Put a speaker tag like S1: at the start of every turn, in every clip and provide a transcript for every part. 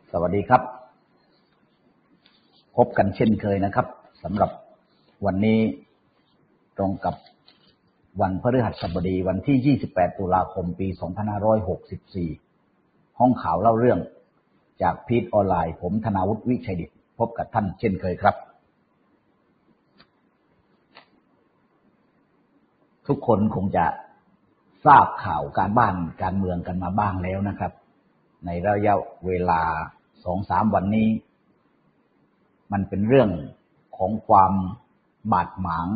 S1: สวัสดีครับพบกันเช่นเคยนะครับสำหรับวันนี้ตรงกับวันพฤหัสบดีวันที่28ตุลาคมปี2564ห้องข่าวเล่าเรื่องจากพีทออนไลน์ผมธนาวุฒิวิชัยดิษฐ์พบกับท่านเช่นเคยครับทุกคนคงจะทราบข่าวการบ้านการเมืองกันมาบ้างแล้วนะครับในระยะเวลา 2-3 วันนี้มันเป็นเรื่องของความบาดหมาง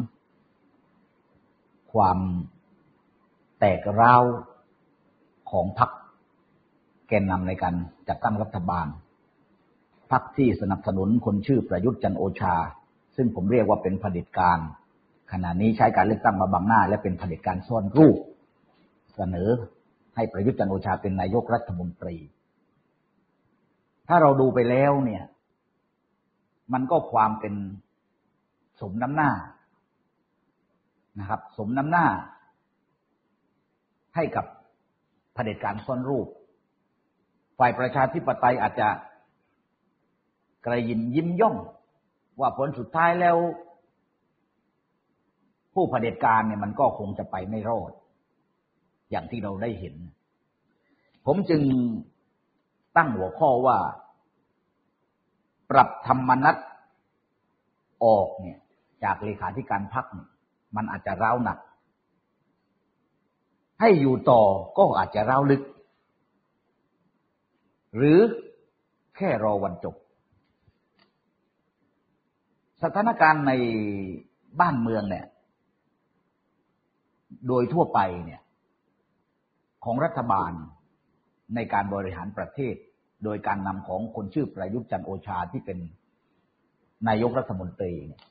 S1: ความแตกร้าวของพรรคแกนนำในการจัดตั้งรัฐบาลพรรคที่สนับสนุนคนชื่อประยุทธ์จันทร์โอชาซึ่งผมเรียกว่าเป็นเผด็จการขณะนี้ใช้การเลือกตั้งมาบังหน้าและเป็นเผด็จการซ่อนรูปเสนอให้ประยุทธ์จันทร์โอชาเป็นนายกรัฐมนตรีถ้าเราดูไปแล้วเนี่ยมันก็ความเป็นสมน้ำหน้านะครับสมน้ำหน้าให้กับเผด็จการซ่อนรูปฝ่ายประชาธิปไตยอาจจะกระยิมยิ้มย่องว่าผลสุดท้ายแล้วผู้เผด็จการเนี่ยมันก็คงจะไปไม่รอดอย่างที่เราได้เห็นผมจึงตั้งหัวข้อว่าปรับธรรมนัสออกเนี่ยจากเลขาธิการพรรคมันอาจจะร้าวหนักให้อยู่ต่อก็อาจจะร้าวลึกหรือแค่รอวันจบสถานการณ์ในบ้านเมืองเนี่ยโดยทั่วไปเนี่ยของรัฐบาลในการบริหารประเทศโดยการนำของคนชื่อประยุทธ์จันทร์โอชาที่เป็นนายกรัฐมนตรีเนี่ย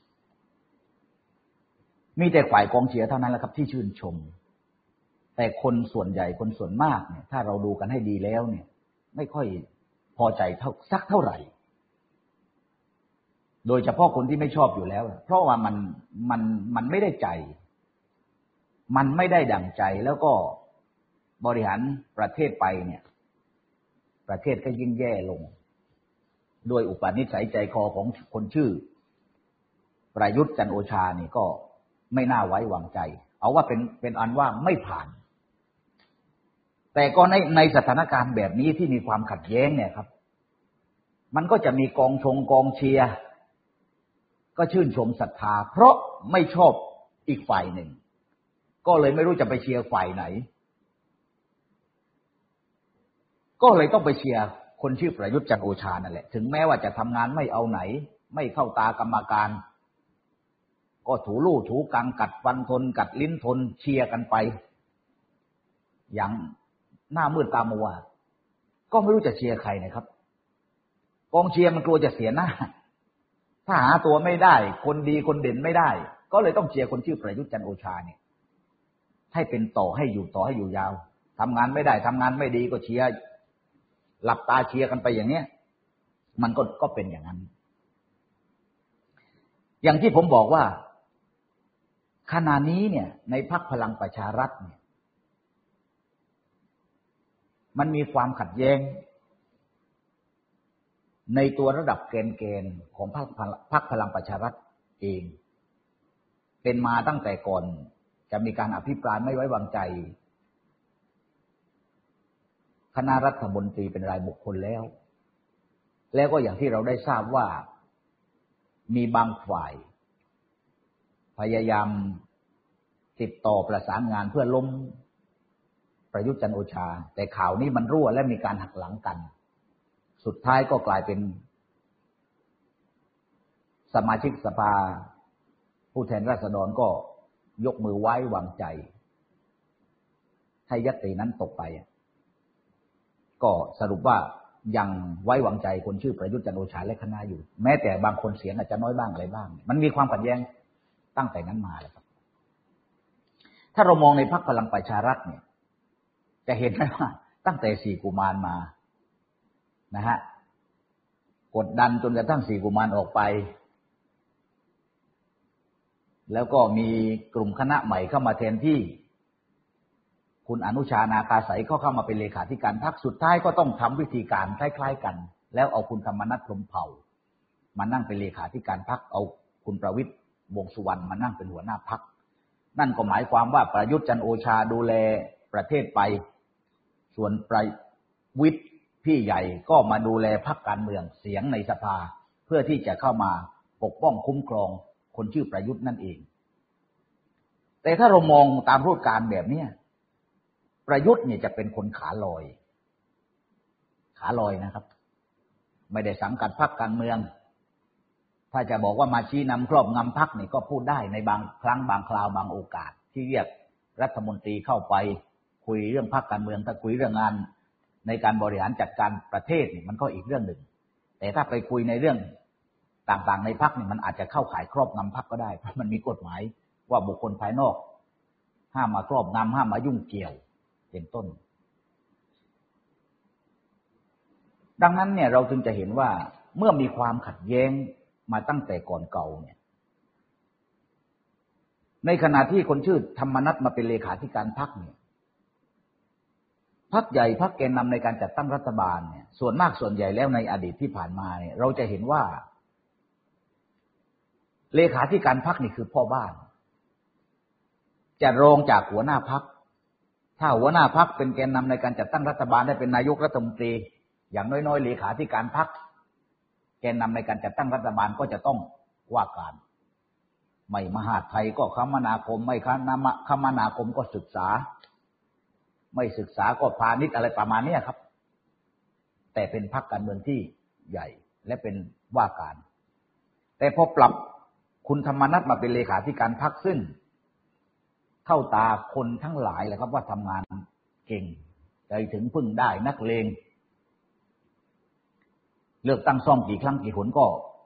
S1: มีแต่ฝ่ายกองเชียร์เท่านั้นแหละครับที่ชื่นชมแต่คนส่วนใหญ่คนส่วนมากเนี่ยถ้าเราดูกันให้ดีแล้วเนี่ยไม่ค่อยพอใจสักเท่าไหร่โดยเฉพาะคนที่ไม่ชอบอยู่แล้วเพราะว่ามันไม่ได้ใจมันไม่ได้ดั่งใจแล้วก็บริหารประเทศไปเนี่ยประเทศก็ยิ่งแย่ลงโดยอุปนิสัยใจคอของคนชื่อประยุทธ์จันทร์โอชานี่ก็ไม่น่าไว้วางใจเอาว่าเป็นอันว่าไม่ผ่านแต่ก็ในสถานการณ์แบบนี้ที่มีความขัดแย้งเนี่ยครับมันก็จะมีกองเชียร์ก็ชื่นชมศรัทธาเพราะไม่ชอบอีกฝ่ายหนึ่งก็เลยไม่รู้จะไปเชียร์ฝ่ายไหนก็เลยต้องไปเชียร์คนชื่อประยุทธ์จันทร์โอชานั่นแหละถึงแม้ว่าจะทำงานไม่เอาไหนไม่เข้าตากรรมการก็ถูลู่ถูกังกัดฟันทนกัดลิ้นทนเชียร์กันไปอย่างหน้ามืดตามัวก็ไม่รู้จะเชียร์ใครนะครับกองเชียร์มันกลัวจะเสียหน้าถ้าหาตัวไม่ได้คนดีคนเด่นไม่ได้ก็เลยต้องเชียร์คนชื่อประยุทธ์จันทร์โอชาเนี่ยให้เป็นต่อให้อยู่ยาวทำงานไม่ได้ทำงานไม่ดีก็เชียร์หลับตาเชียร์กันไปอย่างเนี้ยมันก็เป็นอย่างนั้นอย่างที่ผมบอกว่าขณะนี้เนี่ยในพรรคพลังประชารัฐเนี่ยมันมีความขัดแย้งในตัวระดับแกนของพรรคพลังประชารัฐเองเป็นมาตั้งแต่ก่อนจะมีการอภิปรายไม่ไว้วางใจคณะรัฐมนตรีเป็นรายบุคคลแล้วก็อย่างที่เราได้ทราบว่ามีบางฝ่ายพยายามติดต่อประสานงานเพื่อล้มประยุทธ์จันทร์โอชาแต่ข่าวนี้มันรั่วและมีการหักหลังกันสุดท้ายก็กลายเป็นสมาชิกสภาผู้แทนราษฎรก็ยกมือไว้วางใจให้ญัตตินั้นตกไปก็สรุปว่ายังไว้วางใจคนชื่อประยุทธ์จันทร์โอชาและคณะอยู่แม้แต่บางคนเสียงอาจจะน้อยบ้างอะไรบ้างมันมีความขัดแย้งตั้งแต่นั้นมาแล้วครับถ้าเรามองในพรรคพลังประชารัฐเนี่ยจะเห็นได้ว่าตั้งแต่สี่กุมารมานะฮะกดดันจนกระทั่งสี่กุมารออกไปแล้วก็มีกลุ่มคณะใหม่เข้ามาแทนที่คุณอนุชานาคาสัยเข้ามาเป็นเลขาธิการพรรคสุดท้ายก็ต้องทำวิธีการคล้ายๆกันแล้วเอาคุณธรรมนัส พรหมเผ่ามานั่งเป็นเลขาธิการพรรคเอาคุณประวิตรวงษ์สุวรรณมานั่งเป็นหัวหน้าพรรคนั่นก็หมายความว่าประยุทธ์จันทร์โอชาดูแลประเทศไปส่วนประวิตรพี่ใหญ่ก็มาดูแลพรรคการเมืองเสียงในสภาเพื่อที่จะเข้ามาปกป้องคุ้มครองคนชื่อประยุทธ์นั่นเองแต่ถ้าเรามองตามรูปการแบบนี้ประยุทธ์เนี่ยจะเป็นคนขาลอยนะครับไม่ได้สังกัดพรรคการเมืองถ้าจะบอกว่ามาชี้นำครอบงำพรรคนี่ก็พูดได้ในบางครั้งบางคราวบางโอกาสที่เรียกรัฐมนตรีเข้าไปคุยเรื่องพรรคการเมืองถ้าคุยเรื่องงานในการบริหารจัดการประเทศนี่มันก็อีกเรื่องหนึ่งแต่ถ้าไปคุยในเรื่องต่างๆในพรรคนี่มันอาจจะเข้าข่ายครอบงำพรรคก็ได้เพราะมันมีกฎหมายว่าบุคคลภายนอกห้ามมาครอบงำห้ามมายุ่งเกี่ยวเป็นต้นดังนั้นเนี่ยเราจึงจะเห็นว่าเมื่อมีความขัดแย้งมาตั้งแต่ก่อนเก่าเนี่ยในขณะที่คนชื่อธรรมนัสมาเป็นเลขาธิการพรรคเนี่ยพรรคใหญ่พรรคแกนนำในการจัดตั้งรัฐบาลเนี่ยส่วนมากส่วนใหญ่แล้วในอดีตที่ผ่านมาเนี่ยเราจะเห็นว่าเลขาธิการพรรคนี่คือพ่อบ้านจะรองจากหัวหน้าพรรคถ้าหัวหน้าพรรคเป็นแกนนำในการจัดตั้งรัฐบาลได้เป็นนายกรัฐมนตรีอย่างน้อยๆเลขาธิการพรรคแกนนำในการจัดตั้งรัฐบาลก็จะต้องว่าการไม่มหาดไทยก็คมนาคมไม่คมนาคมก็ศึกษาไม่ศึกษาก็พาณิชย์อะไรประมาณนี้ครับแต่เป็นพรรคการเมืองที่ใหญ่และเป็นว่าการแต่พอปรับคุณธรรมนัสมาเป็นเลขาธิการพรรคซึ่งเข้าตาคนทั้งหลายเลยครับว่าทำงานเก่งใจถึงพึ่งได้นักเลงเลือกตั้งซ่อมกี่ครั้งกี่หนก็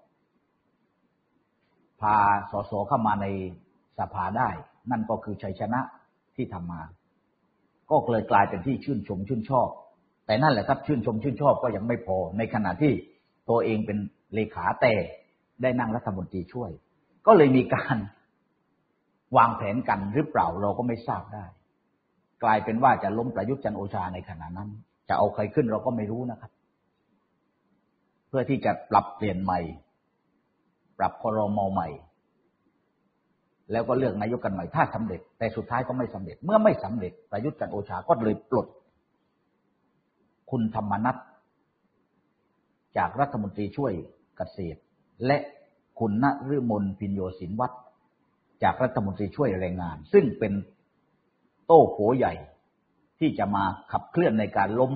S1: พาสสเข้ามาในสภาได้นั่นก็คือชัยชนะที่ทำมาก็เลยกลายเป็นที่ชื่นชมชื่นชอบแต่นั่นแหละครับชื่นชมชื่นชอบก็ยังไม่พอในขณะที่ตัวเองเป็นเลขาแต่ได้นั่งรัฐมนตรีช่วยก็เลยมีการวางแผนกันหรือเปล่าเราก็ไม่ทราบได้กลายเป็นว่าจะล้มประยุทธ์จันทร์โอชาในขณะนั้นจะเอาใครขึ้นเราก็ไม่รู้นะครับเพื่อที่จะปรับเปลี่ยนใหม่ปรับครม.ใหม่แล้วก็เลือกนายกกันใหม่ถ้าสำเร็จแต่สุดท้ายก็ไม่สำเร็จเมื่อไม่สำเร็จประยุทธ์จันทร์โอชาก็เลยปลดคุณธรรมนัสจากรัฐมนตรีช่วยเกษตรและคุณนฤมลพินโยสินวัฒน์จากรัฐมนตรีช่วยแรงงานซึ่งเป็นโต้โผใหญ่ที่จะมาขับเคลื่อนในการล้ม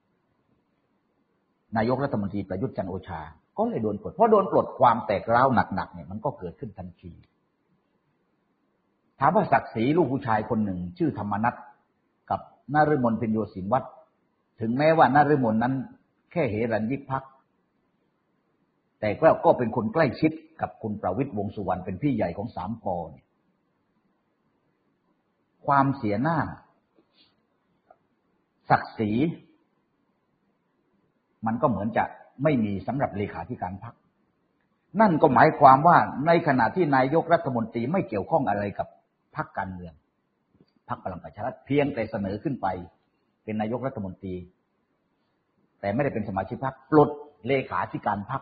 S1: นายกรัฐมนตรีประยุทธ์จันทร์โอชาก็เลยโดนปลดเพราะโดนปลดความแตกร้าวหนักๆเนี่ยมันก็เกิดขึ้นทันทีถามว่าศักดิ์ศรีลูกผู้ชายคนหนึ่งชื่อธรรมนัสกับนฤมลพินโยสินวัฒน์ถึงแม้ว่านฤมลนั้นแค่เหรัญญิกพรรคแต่ก็เป็นคนใกล้ชิดกับคุณประวิตรวงษ์สุวรรณเป็นพี่ใหญ่ของสามป.เนี่ยความเสียหน้าศักดิ์ศรีมันก็เหมือนจะไม่มีสำหรับเลขาธิการพรรคนั่นก็หมายความว่าในขณะที่นายกรัฐมนตรีไม่เกี่ยวข้องอะไรกับพรรคการเมืองพรรคพลังประชารัฐเพียงแต่เสนอขึ้นไปเป็นนายกรัฐมนตรีแต่ไม่ได้เป็นสมาชิกพรรคปลดเลขาธิการพรรค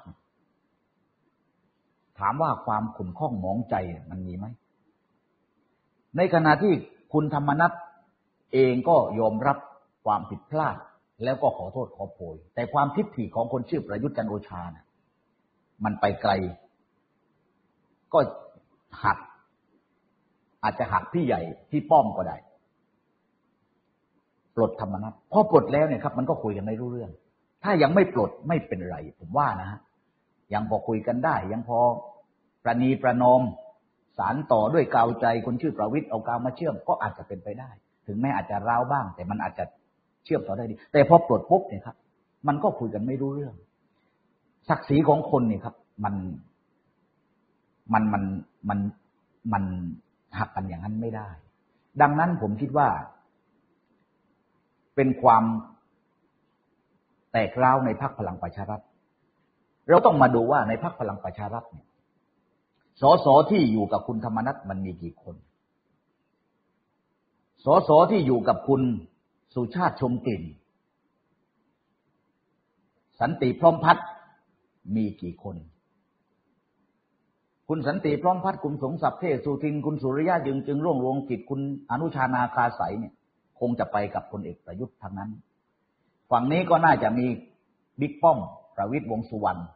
S1: ถามว่าความขุ่นข้องหมองใจมันมีไหมในขณะที่คุณธรรมนัสเองก็ยอมรับความผิดพลาดแล้วก็ขอโทษขอโพยแต่ความทิฐิของคนชื่อประยุทธ์จันทร์โอชานะมันไปไกลก็หักอาจจะหักพี่ใหญ่ที่ป้อมก็ได้ปลดธรรมนัสพอปลดแล้วเนี่ยครับมันก็คุยกันไม่รู้เรื่องถ้ายังไม่ปลดไม่เป็นไรผมว่านะฮะยังพอคุยกันได้ยังพอประนีประนอมสารต่อด้วยกาวใจคนชื่อประวิตรเอากาวมาเชื่อมก็อาจจะเป็นไปได้ถึงแม้อาจจะร้าวบ้างแต่มันอาจจะเชื่อมต่อได้ดีแต่พอปลดปุ๊บเนี่ยครับมันก็คุยกันไม่รู้เรื่องศักดิ์ศรีของคนนี่ครับมันหักกันอย่างนั้นไม่ได้ดังนั้นผมคิดว่าเป็นความแตกร้าวในพรรคพลังประชารัฐเราต้องมาดูว่าในพรรคพลังประชารัฐเนี่ยสสที่อยู่กับคุณธรรมนัสมันมีกี่คนสสที่อยู่กับคุณสุชาติชมกลิ่นสสันติพร้อมพัฒน์มีกี่คนคุณสันติพร้อมพัฒน์คุณสมศักดิ์เทพสุทินคุณสุริยะจึงรุ่งเรืองกิจคุณอนุชานาคาสายเนี่ยคงจะไปกับพลเอกประยุทธ์ทั้งนั้นฝั่งนี้ก็น่าจะมีบิ๊กป้อมประวิตรวงษ์สุวรรณ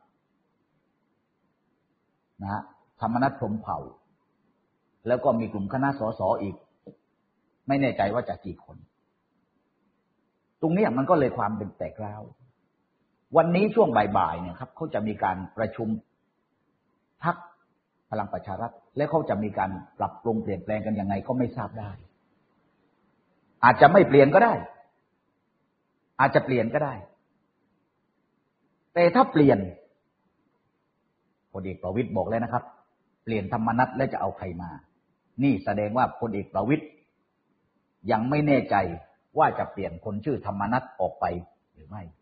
S1: นะฮะธรรมนัสพรหมเผ่าแล้วก็มีกลุ่มคณะสสอีกไม่แน่ใจว่าจะกี่คนตรงนี้มันก็เลยความเป็นแตกร้าววันนี้ช่วงบ่ายๆเนี่ยครับเขาจะมีการประชุมพรรคพลังประชารัฐและเขาจะมีการปรับปรุงเปลี่ยนแปลงกันยังไงก็ไม่ทราบได้อาจจะไม่เปลี่ยนก็ได้อาจจะเปลี่ยนก็ได้แต่ถ้าเปลี่ยนพลเอกประวิตรบอกแล้วนะครับเปลี่ยนธรรมนัสแล้วจะเอาใครมานี่แสดงว่าพลเอกประวิตรยังไม่แน่ใจว่าจะเปลี่ยนคนชื่อธรรมนัสออกไปหรือไม่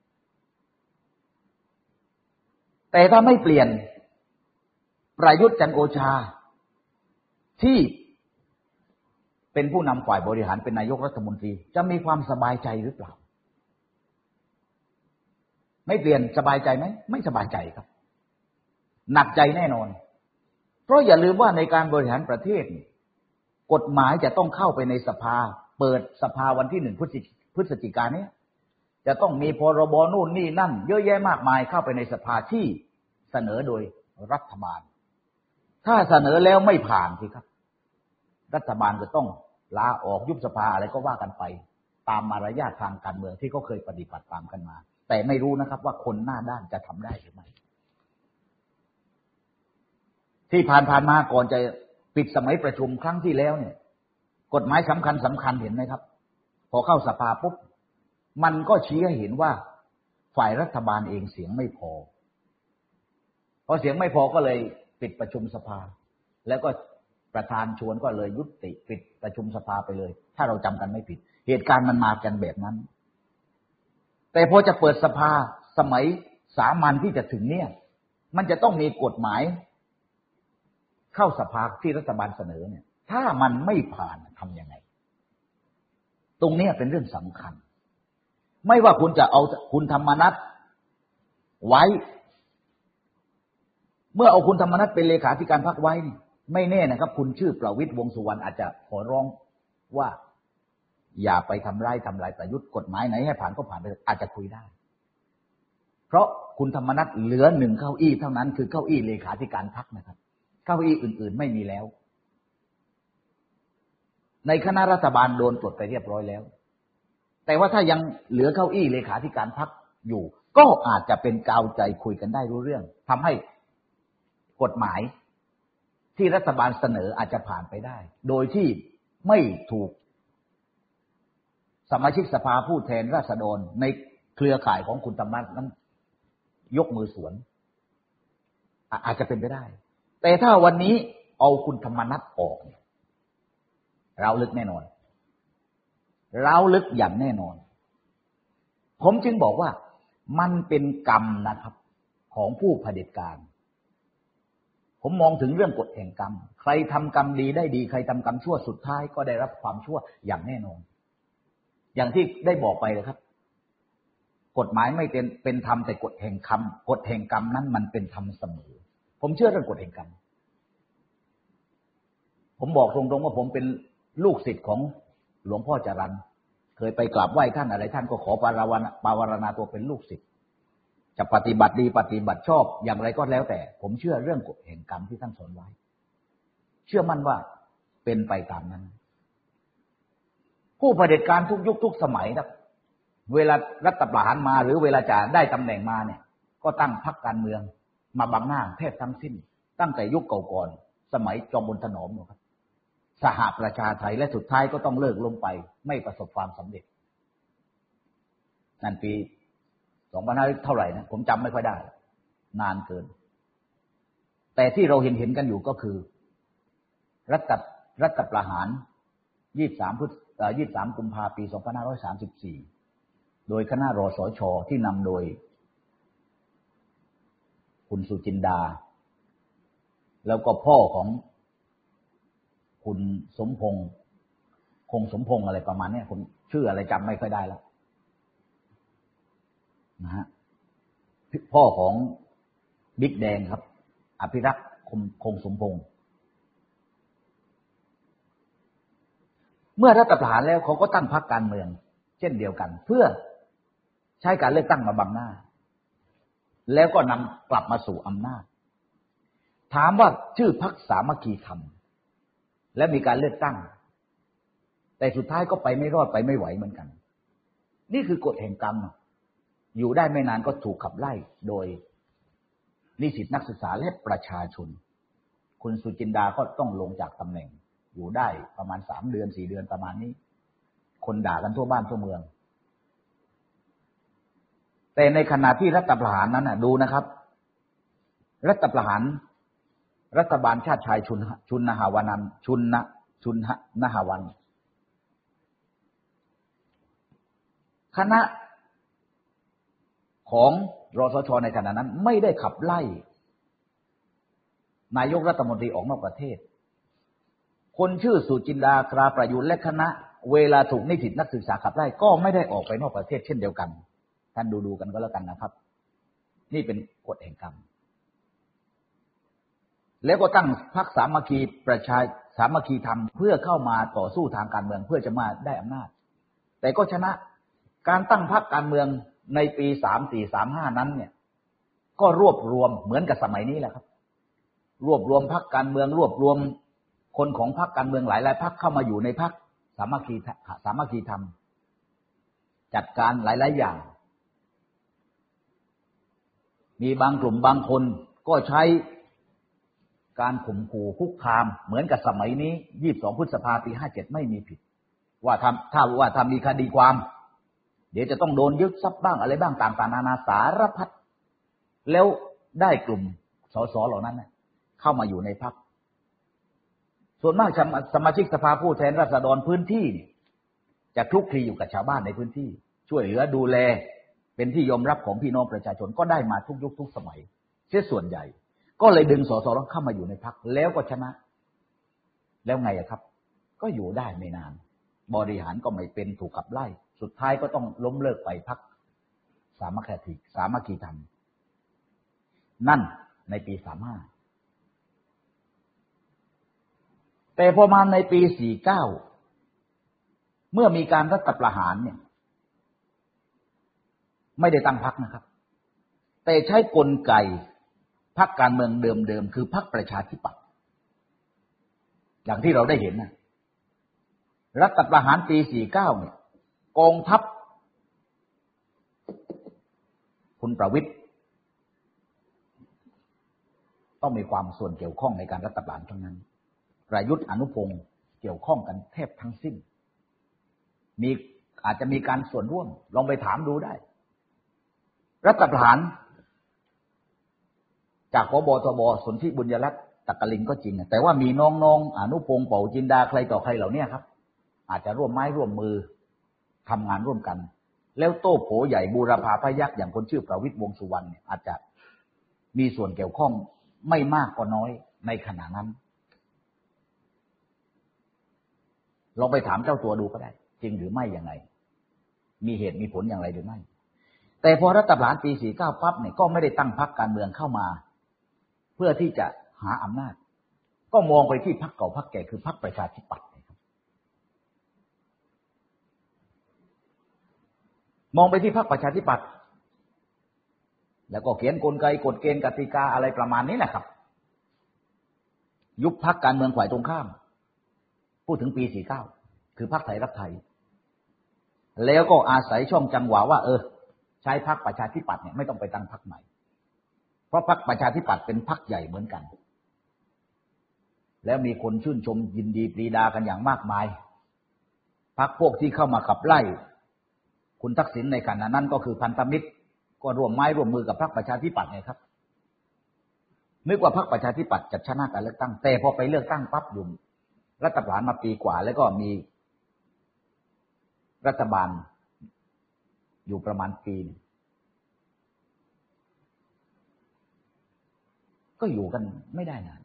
S1: แต่ถ้าไม่เปลี่ยนประยุทธ์จันทร์โอชาที่เป็นผู้นำฝ่ายบริหารเป็นนายกรัฐมนตรีจะมีความสบายใจหรือเปล่าไม่เปลี่ยนสบายใจไหมไม่สบายใจครับหนักใจแน่นอนเพราะอย่าลืมว่าในการบริหารประเทศกฎหมายจะต้องเข้าไปในสภาเปิดสภาวันที่1 พฤศจิกายนนี้จะต้องมีพรบนู่นนี่นั่นเยอะแยะมากมายเข้าไปในสภาที่เสนอโดยรัฐบาลถ้าเสนอแล้วไม่ผ่านสิครับรัฐบาลจะต้องลาออกยุบสภาอะไรก็ว่ากันไปตามมารยาททางการเมืองที่เขาเคยปฏิบัติตามกันมาแต่ไม่รู้นะครับว่าคนหน้าด้านจะทำได้หรือไม่ที่ผ่านมาก่อนจะปิดสมัยประชุมครั้งที่แล้วเนี่ยกฎหมายสำคัญเห็นไหมครับพอเข้าสภาปุ๊บมันก็ชี้ให้เห็นว่าฝ่ายรัฐบาลเองเสียงไม่พอพอเสียงไม่พอก็เลยปิดประชุมสภาแล้วก็ประธานชวนก็เลยยุติปิดประชุมสภาไปเลยถ้าเราจำกันไม่ผิดเหตุการณ์มันมากันแบบนั้นแต่พอจะเปิดสภาสมัยสามัญที่จะถึงเนี่ยมันจะต้องมีกฎหมายเข้าสภาที่รัฐบาลเสนอเนี่ยถ้ามันไม่ผ่านทำยังไงตรงนี้เป็นเรื่องสำคัญไม่ว่าคุณจะเอาคุณธรรมนัสไว้เมื่อเอาคุณธรรมนัสเป็นเลขาธิการพรรคไว้นี่ไม่แน่นะครับคุณชื่อประวิตรวงษ์สุวรรณอาจจะขอร้องว่าอย่าไปทำลายประยุทธ์กฎหมายไหนให้ผ่านก็ผ่านไปอาจจะคุยได้เพราะคุณธรรมนัสเหลือ1 เก้าอี้เท่านั้นคือเก้าอี้เลขาธิการพรรคนะครับเก้าอี้อื่นๆไม่มีแล้วในคณะรัฐบาลโดนปลดไปเรียบร้อยแล้วแต่ว่าถ้ายังเหลือเก้าอี้เลขาธิการพรรคอยู่ก็อาจจะเป็นกาวใจคุยกันได้รู้เรื่องทำให้กฎหมายที่รัฐบาลเสนออาจจะผ่านไปได้โดยที่ไม่ถูกสมาชิกสภาผู้แทนราษฎรในเครือข่ายของคุณธรรมนัสนั้นยกมือสวนอาจจะเป็นไปได้แต่ถ้าวันนี้เอาคุณธรรมนัสออกเราลึกแน่นอนเราลึกอย่างแน่นอนผมจึงบอกว่ามันเป็นกรรมนะครับของผู้เผด็จการผมมองถึงเรื่องกฎแห่งกรรมใครทำกรรมดีได้ดีใครทำกรรมชั่วสุดท้ายก็ได้รับความชั่วอย่างแน่นอนอย่างที่ได้บอกไปเลยครับกฎหมายไม่เป็นธรรมแต่กฎแห่งกรรมนั้นมันเป็นธรรมเสมอผมเชื่อเรื่องกฎแห่งกรรมผมบอกตรงๆว่าผมเป็นลูกศิษย์ของหลวงพ่อจรัญเคยไปกราบไหว้ท่านอะไรท่านก็ขอปาวารณาตัวเป็นลูกศิษย์จะปฏิบัติดีปฏิบัติชอบอย่างไรก็แล้วแต่ผมเชื่อเรื่องกฎแห่งกรรมที่ท่านสอนไว้เชื่อมั่นว่าเป็นไปตามนั้นผู้เผด็จการทุกยุคทุกสมัยครับเวลารัฐประหารมาหรือเวลาจะได้ตำแหน่งมาเนี่ยก็ตั้งพรรคการเมืองมาบังหน้าแทบทั้งสิ้นตั้งแต่ยุคเก่าก่อนสมัยจอมพลถนอมนะครับสหประชาไทยและสุดท้ายก็ต้องเลิกลงไปไม่ประสบความสำเร็จนั่นปี2500เท่าไหร่นะผมจำไม่ค่อยได้นานเกินแต่ที่เราเห็นกันอยู่ก็คือรัฐประหาร23 กุมภาพันธ์ปี 2534โดยคณะรสช.ที่นำโดยคุณสุจินดาแล้วก็พ่อของคุณสมพงษ์คงสมพงษ์อะไรประมาณนี้ผมชื่ออะไรจำไม่ค่อยได้แล้วนะฮะพ่อของบิ๊กแดงครับอภิรักษ์คงสมพงษ์เมื่อรัฐประหารแล้วเขาก็ตั้งพรรคการเมืองเช่นเดียวกันเพื่อใช้การเลือกตั้งมาบังหน้าแล้วก็นำกลับมาสู่อำนาจถามว่าชื่อพรรคสามัคคีธรรมและมีการเลือกตั้งแต่สุดท้ายก็ไปไม่รอดไปไม่ไหวเหมือนกันนี่คือกฎแห่งกรรมอยู่ได้ไม่นานก็ถูกขับไล่โดยนิสิตนักศึกษาและประชาชนคุณสุจินดาก็ต้องลงจากตำแหน่งอยู่ได้ประมาณ3 เดือน 4 เดือนประมาณนี้คนด่ากันทั่วบ้านทั่วเมืองแต่ในขณะที่รัฐประหารนั้นดูนะครับรัฐประหารรัฐบาลชาติชายชุนนหาวันคณะของรสช.ในขณะนั้นไม่ได้ขับไล่นายกรัฐมนตรีออกนอกประเทศคนชื่อสุจินดาคราประยุทธ์และคณะเวลาถูกนิสิตนักศึกษาขับไล่ก็ไม่ได้ออกไปนอกประเทศเช่นเดียวกันท่านดูกันก็แล้วกันนะครับนี่เป็นกฎแห่งกรรมแล้วก็ตั้งพรรคสามัคคีธรรมเพื่อเข้ามาต่อสู้ทางการเมืองเพื่อจะมาได้อำนาจแต่ก็ชนะการตั้งพรรคการเมืองในปี34-35นั้นเนี่ยก็รวบรวมเหมือนกับสมัยนี้แหละครับรวบรวมพรรคการเมืองรวบรวมคนของพรรคการเมืองหลายพรรคเข้ามาอยู่ในพรรคสามัคคีธรรมจัดการหลายอย่างมีบางกลุ่มบางคนก็ใช้การข่มขู่คุกคามเหมือนกับสมัยนี้22 พฤษภาคม ปี 57ไม่มีผิดว่าถ้ามีคดีความเดี๋ยวจะต้องโดนยึดทรัพย์บ้างอะไรบ้างต่างๆนานาสารพัดแล้วได้กลุ่มสสเหล่านั้นเข้ามาอยู่ในพรรคส่วนมากสมาชิกสภาผู้แทนราษฎรพื้นที่จะคลุกคลีอยู่กับชาวบ้านในพื้นที่ช่วยเหลือดูแลเป็นที่ยอมรับของพี่น้องประชาชนก็ได้มาทุกยุคทุกสมัยเสียส่วนใหญ่ก็เลยดึงสสเข้ามาอยู่ในพรรคแล้วก็ชนะแล้วไงครับก็อยู่ได้ไม่นานบริหารก็ไม่เป็นถูกขับไล่สุดท้ายก็ต้องล้มเลิกไปพรรคสามัคคีธรรมนั่นในปี35แต่พอมาในปี49เมื่อมีการรัฐประหารเนี่ยไม่ได้ตั้งพรรคนะครับแต่ใช้กลไกพรรคการเมืองเดิมๆคือพรรคประชาธิปัตย์อย่างที่เราได้เห็นรัฐประหารปี49เนี่ยกองทัพคุณประวิตรต้องมีความส่วนเกี่ยวข้องในการรัฐประหารทั้งนั้นประยุทธ์อนุพงศ์เกี่ยวข้องกันแทบทั้งสิ้นอาจจะมีการส่วนร่วมลองไปถามดูได้รัฐประหารจากผบ.ทบ.สนธิบุญยรัตน์ตะกลินก็จริงแต่ว่ามีน้องอนุพงศ์เป่าจินดาใครต่อใครเหล่านี้ครับอาจจะร่วมไม้ร่วมมือทำงานร่วมกันแล้วโต้โผใหญ่บูรพาพยัคฆ์อย่างคนชื่อประวิตรวงษ์สุวรรณอาจจะมีส่วนเกี่ยวข้องไม่มากก็น้อยในขณะนั้นลองไปถามเจ้าตัวดูก็ได้จริงหรือไม่อย่างไรมีเหตุมีผลอย่างไรหรือไม่แต่พอรัฐประหารปี49ปั๊บเนี่ยก็ไม่ได้ตั้งพรรคการเมืองเข้ามาเพื่อที่จะหาอำนาจก็มองไปที่พรรคเก่าพรรคแก่คือพรรคประชาธิปัตย์มองไปที่พรรคประชาธิปัตย์แล้วก็เขียนกลไกกฎเกณฑ์กติกาอะไรประมาณนี้แหละครับยุบพรรคการเมืองฝ่ายตรงข้ามพูดถึงปี49คือพรรคไทยรักไทยแล้วก็อาศัยช่องจังหวะว่าใช้พรรคประชาธิปัตย์เนี่ยไม่ต้องไปตั้งพรรคใหม่เพราะพรรคประชาธิปัตย์เป็นพรรคใหญ่เหมือนกันแล้วมีคนชื่นชมยินดีปรีดากันอย่างมากมายพรรคพวกที่เข้ามาขับไล่คุณทักษิณในขณะนั้นก็คือพันธมิตรก็ร่วมไม้ร่วมมือกับพรรคประชาธิปัตย์ไงครับนึกว่าพรรคประชาธิปัตย์จะชนะการเลือกตั้งแต่พอไปเลือกตั้งปั๊บอยู่รัฐประหารมาปีกว่าแล้วก็มีรัฐบาลอยู่ประมาณปีก็อยู่กันไม่ได้นาน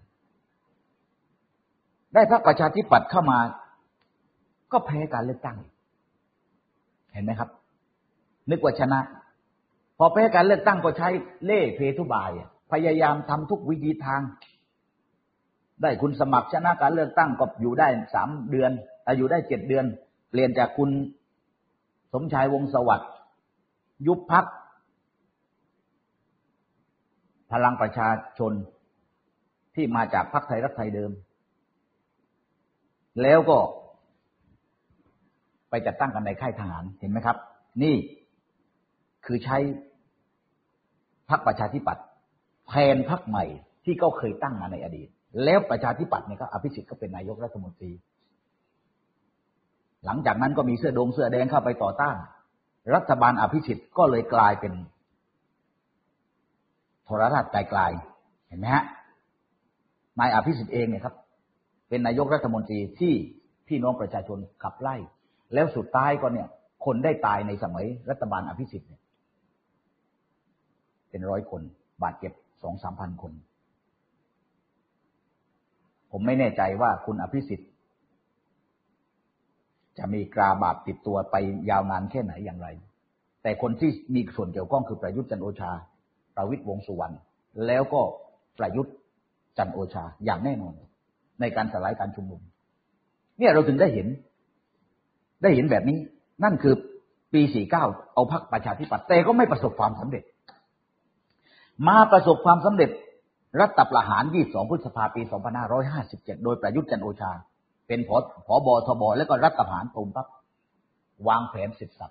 S1: ได้พรรคประชาธิปัตย์เข้ามาก็แพ้การเลือกตั้งเห็นไหมครับนึกว่าชนะพอแพ้การเลือกตั้งก็ใช้เล่ห์เพทุบายพยายามทำทุกวิธีทางได้คุณสมัครชนะการเลือกตั้งก็อยู่ได้3 เดือนอยู่ได้7 เดือนเปลี่ยนจากคุณสมชายวงศ์สวัสดิ์ยุบพรรคพลังประชาชนที่มาจากพรรคไทยรักไทยเดิมแล้วก็ไปจัดตั้งกันในค่ายทหารเห็นไหมครับนี่คือใช้พรรคประชาธิปัตย์แทนพรรคใหม่ที่ก็เคยตั้งมาในอดีตแล้วประชาธิปัตย์เนี่ยก็อภิสิทธิ์ก็เป็นนายกรัฐมนตรีหลังจากนั้นก็มีเสื้อแดงเข้าไปต่อต้านรัฐบาลอภิสิทธิ์ก็เลยกลายเป็นโทรราชไกลๆเห็นไหมฮะนายอภิสิทธิ์เองเนี่ยครับเป็นนายกรัฐมนตรีที่พี่น้องประชาชนขับไล่แล้วสุดท้ายก็เนี่ยคนได้ตายในสมัยรัฐบาลอภิสิทธิ์เนี่ยเป็น100 คนบาดเจ็บ 2-3 พันคนผมไม่แน่ใจว่าคุณอภิสิทธิ์จะมีตราบาปติดตัวไปยาวนานแค่ไหนอย่างไรแต่คนที่มีส่วนเกี่ยวข้องคือประยุทธ์จันทร์โอชาประวิตรวงษ์สุวรรณแล้วก็ประยุทธ์จันทร์โอชาอย่างแน่นอนในการสลายการชุมนุมเนี่ยเราถึงได้เห็นแบบนี้นั่นคือปี49เอาพรรคประชาธิปัตย์แต่ก็ไม่ประสบความสำเร็จมาประสบความสำเร็จรัฐประหาร22 พฤษภาคม ปี 2557โดยประยุทธ์จันทร์โอชาเป็นผบ.ทบ.แล้วก็รัฐประหารตูมปั๊บวางแผนเสร็จสับ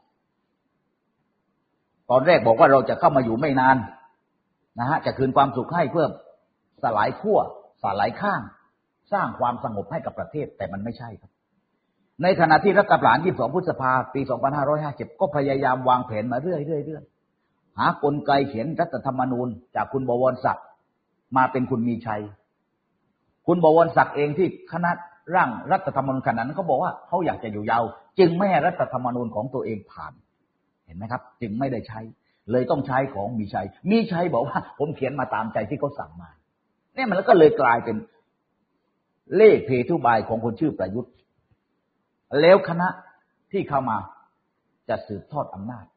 S1: ตอนแรกบอกว่าเราจะเข้ามาอยู่ไม่นานนะฮะจะคืนความสุขให้เพื่อสลายขั้วสลายข้างสร้างความสงบให้กับประเทศแต่มันไม่ใช่ครับในขณะที่รัฐประหาร22 พฤษภาคม ปี 2550ก็พยายามวางแผนมาเรื่อยหากลไกเขียนรัฐธรรมนูญจากคุณบวรศักดิ์มาเป็นคุณมีชัยคุณบวรศักดิ์เองที่คณะร่างรัฐธรรมนูญขณะนั้นเขาบอกว่าเขาอยากจะอยู่ยาวจึงไม่ให้รัฐธรรมนูญของตัวเองผ่านเห็นไหมครับจึงไม่ได้ใช้เลยต้องใช้ของมีชัยบอกว่าผมเขียนมาตามใจที่เขาสั่งมาเนี่ยมันก็เลยกลายเป็นเล่ห์เพทุบายของคนชื่อประยุทธ์แล้วคณะที่เข้ามาจะสืบทอดอำนาจ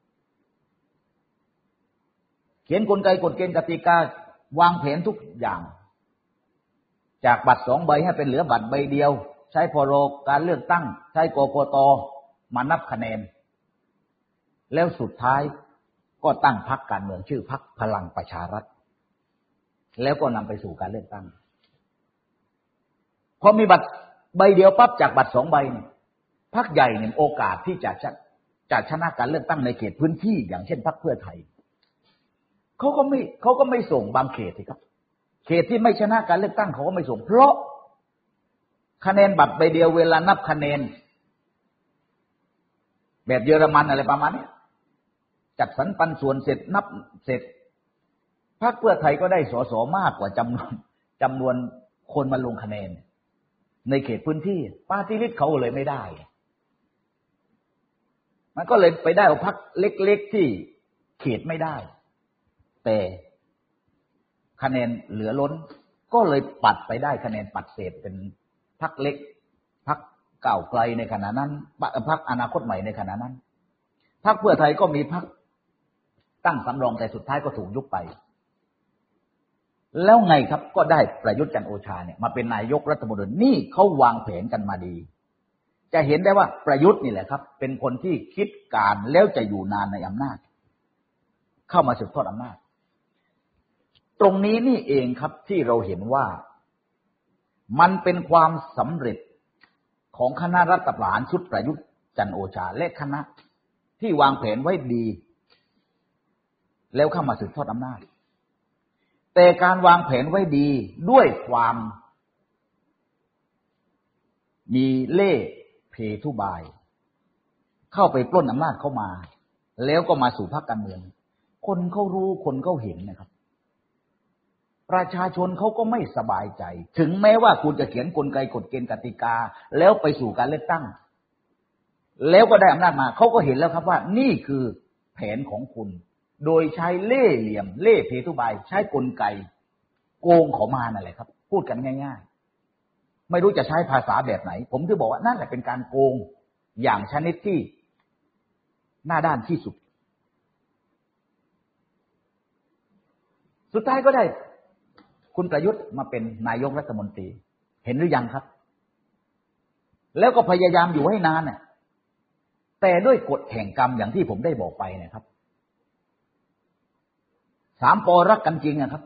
S1: เขียนกลไกกฎเกณฑ์กติกาวางแผนทุกอย่างจากบัตร2 ใบให้เป็นเหลือบัตรใบเดียวใช้พรบการเลือกตั้งใช้กกต.มานับคะแนนแล้วสุดท้ายก็ตั้งพรรคการเมืองชื่อพรรคพลังประชารัฐแล้วก็นำไปสู่การเลือกตั้งพอมีบัตรใบเดียวปั๊บจากบัตร2 ใบเนี่ยพรรคใหญ่เนี่ยโอกาสที่จะชนะการเลือกตั้งในเขตพื้นที่อย่างเช่นพรรคเพื่อไทยเขาก็ไม่ส่งบางเขตสิครับเขตที่ไม่ชนะการเลือกตั้งเขาก็ไม่ส่งเพราะคะแนนบัตรใบเดียวเวลานับคะแนนแบบเยอรมันอะไรประมาณนี้จัดสรรปันส่วนเสร็จนับเสร็จพรรคเพื่อไทยก็ได้สสมากกว่าจำนวนคนมาลงคะแนนในเขตพื้นที่ปาร์ตี้ลิสต์เขาเลยไม่ได้มันก็เลยไปได้เอาพรรคเล็กๆที่เขตไม่ได้แต่คะแนนเหลือล้นก็เลยปัดไปได้คะแนนปัดเศษเป็นพรรคเล็กพรรคก้าวไกลในขณะนั้นพรรคอนาคตใหม่ในขณะนั้นพรรคเพื่อไทยก็มีพรรคตั้งสำรองแต่สุดท้ายก็ถูกยุบไปแล้วไงครับก็ได้ประยุทธ์จันทร์โอชาเนี่ยมาเป็นนายกรัฐมนตรีนี่เขาวางแผนกันมาดีจะเห็นได้ว่าประยุทธ์นี่แหละครับเป็นคนที่คิดการแล้วจะอยู่นานในอำนาจเข้ามาสืบทอดอำนาจตรงนี้นี่เองครับที่เราเห็นว่ามันเป็นความสำเร็จของคณะรัฐประหารชุดประยุทธ์จันทร์โอชาและคณะที่วางแผนไว้ดีแล้วเข้ามาสืบทอดอำนาจแต่การวางแผนไว้ดีด้วยความมีเล่ห์เพทุบายเข้าไปปล้นอำนาจเข้ามาแล้วก็มาสู่พรรคการเมืองคนเขารู้คนเขาเห็นนะครับประชาชนเขาก็ไม่สบายใจถึงแม้ว่าคุณจะเขียนกลไกกฎเกณฑ์กติกาแล้วไปสู่การเลือกตั้งแล้วก็ได้อำนาจมาเขาก็เห็นแล้วครับว่านี่คือแผนของคุณโดยใช้เล่ห์เหลี่ยมเล่ห์เพทุบายใช้กลไกโกงเขามานั่นแหละครับพูดกันง่ายๆไม่รู้จะใช้ภาษาแบบไหนผมถึงบอกว่านั่นแหละเป็นการโกงอย่างชนิดที่หน้าด้านที่สุดสุดท้ายก็ได้คุณประยุทธ์มาเป็นนายกรัฐมนตรีเห็นหรือยังครับแล้วก็พยายามอยู่ให้นานน่ะแต่ด้วยกฎแห่งกรรมอย่างที่ผมได้บอกไปนะครับ3 ป.รักกันจริงนะครับ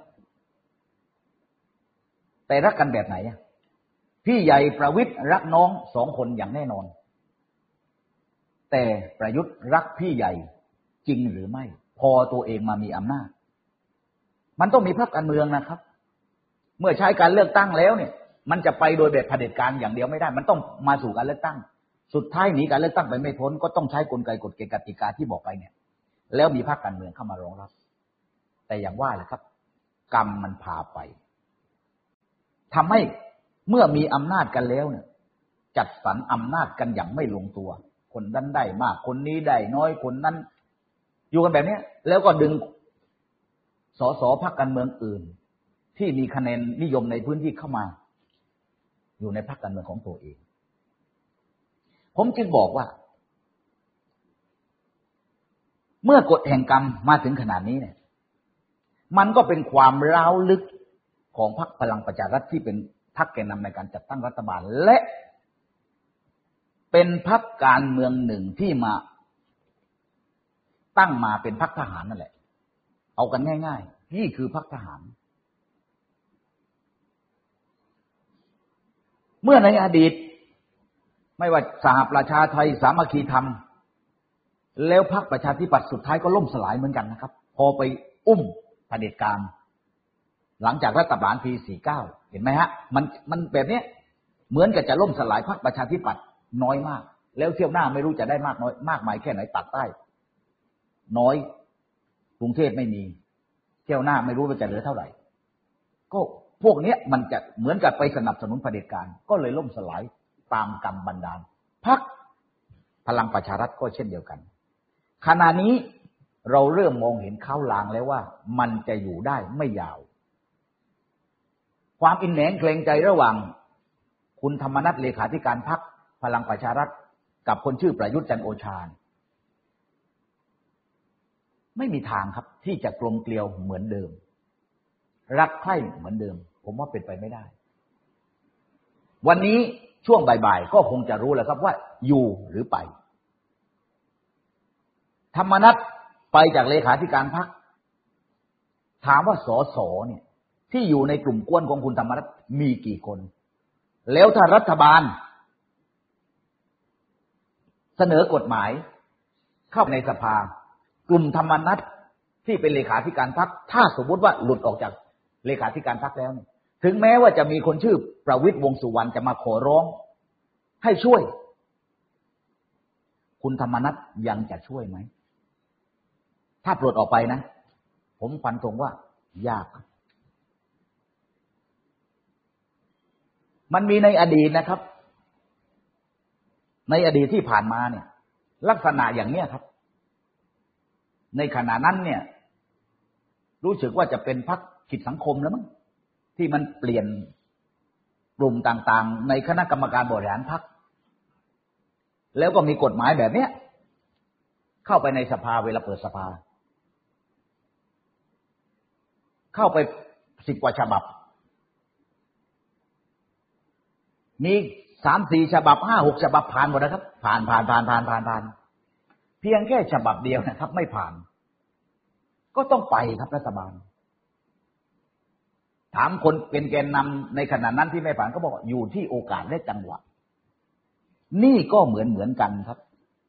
S1: แต่รักกันแบบไหนพี่ใหญ่ประวิตรรักน้อง2 คนอย่างแน่นอนแต่ประยุทธ์รักพี่ใหญ่จริงหรือไม่พอตัวเองมามีอำนาจมันต้องมีพรรคการเมืองนะครับเมื่อใช้การเลือกตั้งแล้วเนี่ยมันจะไปโดยแบบเผด็จการอย่างเดียวไม่ได้มันต้องมาสู่การเลือกตั้งสุดท้ายหนีการเลือกตั้งไปไม่พ้นก็ต้องใช้กลไกกฎเกณฑ์กติกาที่บอกไปเนี่ยแล้วมีพรรคการเมืองเข้ามารองรับแต่อย่างว่าแหละครับกรรมมันพาไปทำให้เมื่อมีอำนาจกันแล้วเนี่ยจัดสรรอำนาจกันอย่างไม่ลงตัวคนนั้นได้มากคนนี้ได้น้อยคนนั้นอยู่กันแบบนี้แล้วก็ดึงสสพรรคการเมืองอื่นที่มีคะแนนนิยมในพื้นที่เข้ามาอยู่ในพรรคการเมืองของตัวเองผมจึงบอกว่าเมื่อกฎแห่งกรรมมาถึงขนาดนี้เนี่ยมันก็เป็นความร้าวลึกของพรรคพลังประชารัฐที่เป็นพรรคแกนนำในการจัดตั้งรัฐบาลและเป็นพรรคการเมืองหนึ่งที่มาตั้งมาเป็นพรรคทหารนั่นแหละเอากันง่ายๆนี่คือพรรคทหารเมื่อในอดีตไม่ว่าสหประชาไทยสามัคคีธรรมแล้วพรรคประชาธิปัตย์สุดท้ายก็ล่มสลายเหมือนกันนะครับพอไปอุ้มเผด็จการหลังจากรัฐประหารปี 49 เห็นไหมฮะมันแบบนี้เหมือนกับจะล่มสลายพรรคประชาธิปัตย์น้อยมากแล้วเที่ยวหน้าไม่รู้จะได้มากน้อยมากมายแค่ไหนตัดใต้น้อยกรุงเทพไม่มีเที่ยวหน้าไม่รู้ว่าจะเหลือเท่าไหร่ก็พวกนี้มันจะเหมือนกับไปสนับสนุนเผด็จการก็เลยล่มสลายตามกรรมบันดาลพรรคพลังประชารัฐก็เช่นเดียวกันขณะนี้เราเริ่มมองเห็นข้าวลางแล้วว่ามันจะอยู่ได้ไม่ยาวความอินแหนงเกรงใจระหว่างคุณธรรมนัสเลขาธิการพรรคพลังประชารัฐกับคนชื่อประยุทธ์จันทร์โอชาไม่มีทางครับที่จะกลมเกลียวเหมือนเดิมรักใคร่เหมือนเดิมผมว่าเป็นไปไม่ได้วันนี้ช่วงบ่ายๆก็คงจะรู้แล้วครับว่าอยู่หรือไปธรรมนัสไปจากเลขาธิการพรรคถามว่าสสเนี่ยที่อยู่ในกลุ่มกวนของคุณธรรมนัสมีกี่คนแล้วถ้ารัฐบาลเสนอกฎหมายเข้าในสภากลุ่มธรรมนัสที่เป็นเลขาธิการพรรคถ้าสมมติว่าหลุดออกจากเลขาธิการพรรคแล้วถึงแม้ว่าจะมีคนชื่อประวิตรวงษ์สุวรรณจะมาขอร้องให้ช่วยคุณธรรมนัสยังจะช่วยไหมถ้าปลดออกไปนะผมฟันธงว่ายากมันมีในอดีตนะครับในอดีตที่ผ่านมาเนี่ยลักษณะอย่างเนี้ยครับในขณะนั้นเนี่ยรู้สึกว่าจะเป็นพรรคกิจสังคมแล้วมั้งที่มันเปลี่ยนกลุ่มต่างๆในคณะกรรมการบริหารพรรคแล้วก็มีกฎหมายแบบเนี้ยเข้าไปในสภาเวลาเปิดสภาเข้าไป10 กว่าฉบับมี3-4 ฉบับ5-6 ฉบับผ่านหมดนะครับผ่านเพียงแค่ฉบับเดียวนะครับไม่ผ่านก็ต้องไปครับรัฐบาลถามคนเป็นแกนนำในขณะนั้นที่ไม่ผ่านก็บอกอยู่ที่โอกาสและจังหวะนี่ก็เหมือนกันครับ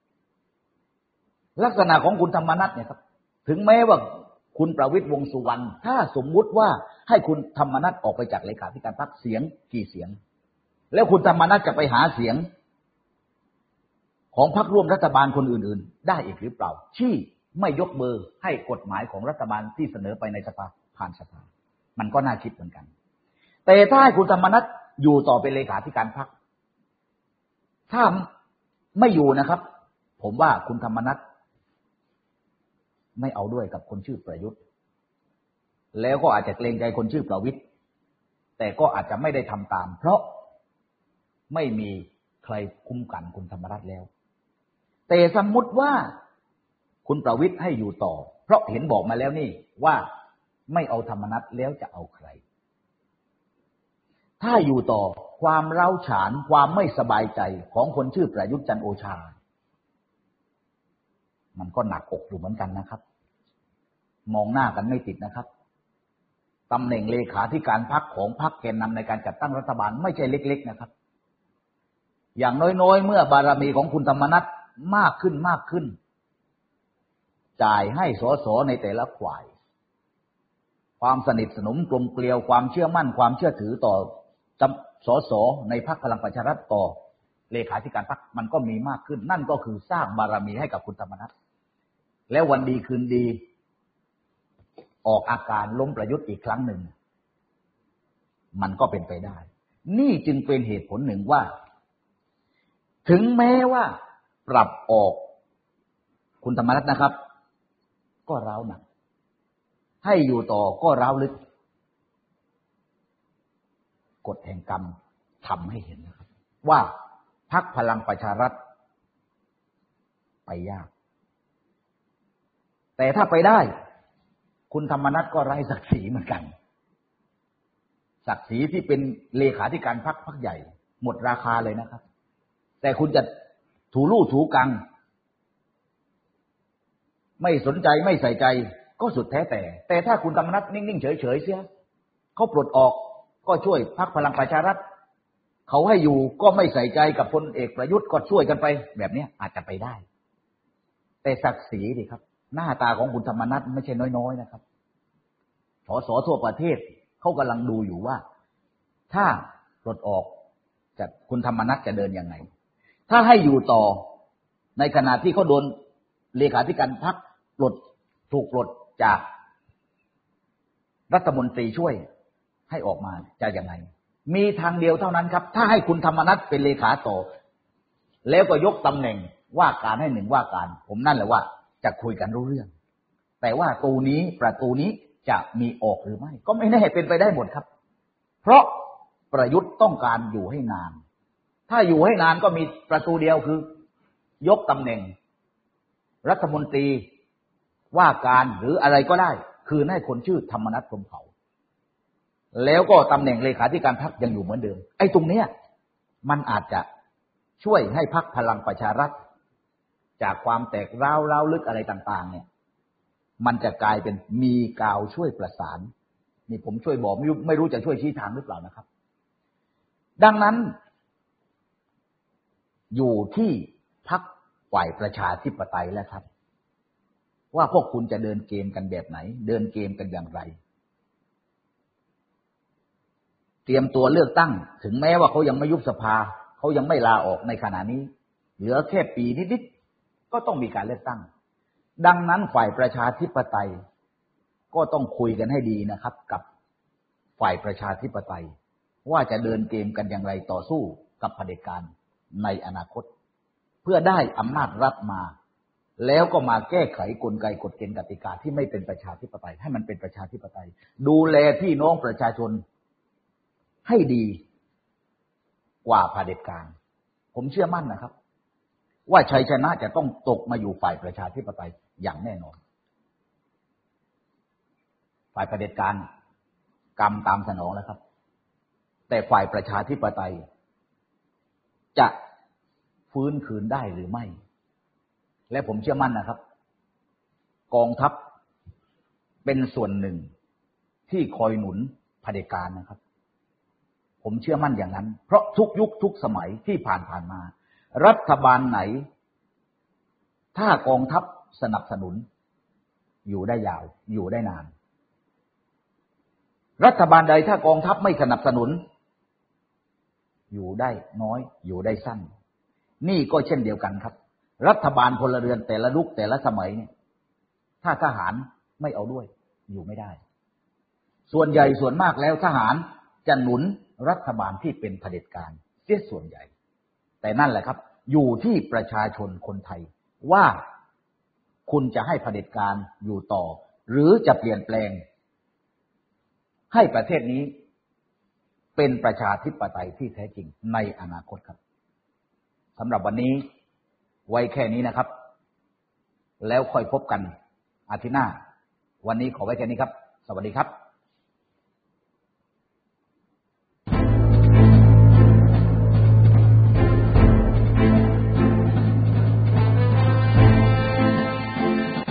S1: ลักษณะของคุณธรรมนัสเนี่ยครับถึงแม้ว่าคุณประวิตรวงษ์สุวรรณถ้าสมมุติว่าให้คุณธรรมนัสออกไปจากเลขาธิการพรรคเสียงกี่เสียงแล้วคุณธรรมนัสจะไปหาเสียงของพรรคร่วมรัฐบาลคนอื่นๆได้อีกหรือเปล่าที่ไม่ยกมือให้กฎหมายของรัฐบาลที่เสนอไปในสภาผ่านสภามันก็น่าคิดเหมือนกันแต่ถ้าให้คุณธรรมนัสอยู่ต่อเป็นเลขาธิการพรรคถ้าไม่อยู่นะครับผมว่าคุณธรรมนัสไม่เอาด้วยกับคนชื่อประยุทธ์แล้วก็อาจจะเกรงใจคนชื่อประวิตรแต่ก็อาจจะไม่ได้ทำตามเพราะไม่มีใครคุ้มกันคุณธรรมนัสแล้วแต่สมมุติว่าคุณประวิตรให้อยู่ต่อเพราะเห็นบอกมาแล้วนี่ว่าไม่เอาธรรมนัสแล้วจะเอาใครถ้าอยู่ต่อความเร้าฉานความไม่สบายใจของคนชื่อประยุทธ์จันทร์โอชามันก็หนักอกอยู่เหมือนกันนะครับมองหน้ากันไม่ติดนะครับตำแหน่งเลขาธิการพรรคของพรรคแกนนำในการจัดตั้งรัฐบาลไม่ใช่เล็กๆนะครับอย่างน้อยๆเมื่อบารมีของคุณธรรมนัสมากขึ้นจ่ายให้สสในแต่ละฝ่ายความสนิทสนมกลมเกลียวความเชื่อมั่นความเชื่อถือต่อสสในพรรคพลังประชารัฐต่อเลขาธิการพรรคมันก็มีมากขึ้นนั่นก็คือสร้างบารมีให้กับคุณธรรมนัสแล้ววันดีคืนดีออกอาการล้มประยุทธ์อีกครั้งหนึ่งมันก็เป็นไปได้นี่จึงเป็นเหตุผลหนึ่งว่าถึงแม้ว่าปรับออกคุณธรรมนัสนะครับก็ร้าวหนักให้อยู่ต่อก็ร้าวลึกกฎแห่งกรรมทำให้เห็นนะครับว่าพรรคพลังประชารัฐไปยากแต่ถ้าไปได้คุณธรรมนัสก็ไร้ศักดิ์ศรีเหมือนกันศักดิ์ศรีที่เป็นเลขาธิการพรรคใหญ่หมดราคาเลยนะครับแต่คุณจะถูลู่ถูกังไม่สนใจไม่ใส่ใจก็สุดแท้แต่ถ้าคุณธรรมนัสนิ่งๆเฉยๆเสียเขาปลดออกก็ช่วยพรรคพลังประชารัฐเขาให้อยู่ก็ไม่ใส่ใจกับพลเอกประยุทธ์ก็ช่วยกันไปแบบนี้อาจจะไปได้แต่ศักดิ์ศรีดิครับหน้าตาของคุณธรรมนัสไม่ใช่น้อยๆนะครับสสทั่วประเทศเขากำลังดูอยู่ว่าถ้าปลดออกจะคุณธรรมนัสจะเดินยังไงถ้าให้อยู่ต่อในขณะที่เขาโดนเลขาธิการพรรคถูกปลดจากรัฐมนตรีช่วยให้ออกมาจะยังไงมีทางเดียวเท่านั้นครับถ้าให้คุณธรรมนัสเป็นเลขาต่อแล้วก็ยกตำแหน่งว่าการให้หนึ่งว่าการผมนั่นแหละว่าจะคุยกันรู้เรื่องแต่ว่าประตูนี้จะมีออกหรือไม่ก็ไม่แน่เป็นไปได้หมดครับเพราะประยุทธ์ต้องการอยู่ให้นานถ้าอยู่ให้นานก็มีประตูเดียวคือยกตำแหน่งรัฐมนตรีว่าการหรืออะไรก็ได้คืนให้คนชื่อธรรมนัสพรหมเผ่าแล้วก็ตำแหน่งเลขาธิการพรรคยังอยู่เหมือนเดิมไอ้ตรงเนี้ยมันอาจจะช่วยให้พรรคพลังประชารัฐจากความแตกร้าวลึกอะไรต่างๆเนี่ยมันจะกลายเป็นมีกาวช่วยประสานนี่ผมช่วยบอกไม่รู้จะช่วยชี้ทางหรือเปล่านะครับดังนั้นอยู่ที่พรรคฝ่ายประชาธิปไตยแล้วครับว่าพวกคุณจะเดินเกมกันแบบไหนเดินเกมกันอย่างไรเตรียมตัวเลือกตั้งถึงแม้ว่าเขายังไม่ยุบสภาเขายังไม่ลาออกในขณะนี้เหลือแค่ปีนิดๆก็ต้องมีการเลือกตั้งดังนั้นฝ่ายประชาธิปไตยก็ต้องคุยกันให้ดีนะครับกับฝ่ายประชาธิปไตยว่าจะเดินเกมกันอย่างไรต่อสู้กับเผด็จการในอนาคตเพื่อได้อำนาจรัฐมาแล้วก็มาแก้ไขกลไกกฎเกณฑ์กติกาที่ไม่เป็นประชาธิปไตยให้มันเป็นประชาธิปไตยดูแลพี่น้องประชาชนให้ดีกว่าเผด็จการผมเชื่อมั่นนะครับว่าชัยชนะจะต้องตกมาอยู่ฝ่ายประชาธิปไตยอย่างแน่นอนฝ่ายเผด็จการกรรมตามสนองแล้วครับแต่ฝ่ายประชาธิปไตยจะฟื้นคืนได้หรือไม่และผมเชื่อมั่นนะครับกองทัพเป็นส่วนหนึ่งที่คอยหนุนเผด็จการนะครับผมเชื่อมั่นอย่างนั้นเพราะทุกยุคทุกสมัยที่ผ่านมารัฐบาลไหนถ้ากองทัพสนับสนุนอยู่ได้ยาวอยู่ได้นานรัฐบาลใดถ้ากองทัพไม่สนับสนุนอยู่ได้น้อยอยู่ได้สั้นนี่ก็เช่นเดียวกันครับรัฐบาลพลเรือนแต่ละยุคแต่ละสมัยเนี่ยถ้าทหารไม่เอาด้วยอยู่ไม่ได้ส่วนใหญ่ส่วนมากแล้วทหารจะหนุนรัฐบาลที่เป็นเผด็จการเสียส่วนใหญ่แต่นั่นแหละครับอยู่ที่ประชาชนคนไทยว่าคุณจะให้เผด็จการอยู่ต่อหรือจะเปลี่ยนแปลงให้ประเทศนี้เป็นประชาธิปไตยที่แท้จริงในอนาคตครับสำหรับวันนี้ไว้แค่นี้นะครับแล้วค่อยพบกันอาทิตย์หน้าวันนี้ขอไว้แค่นี้ครับสวัสดีครับ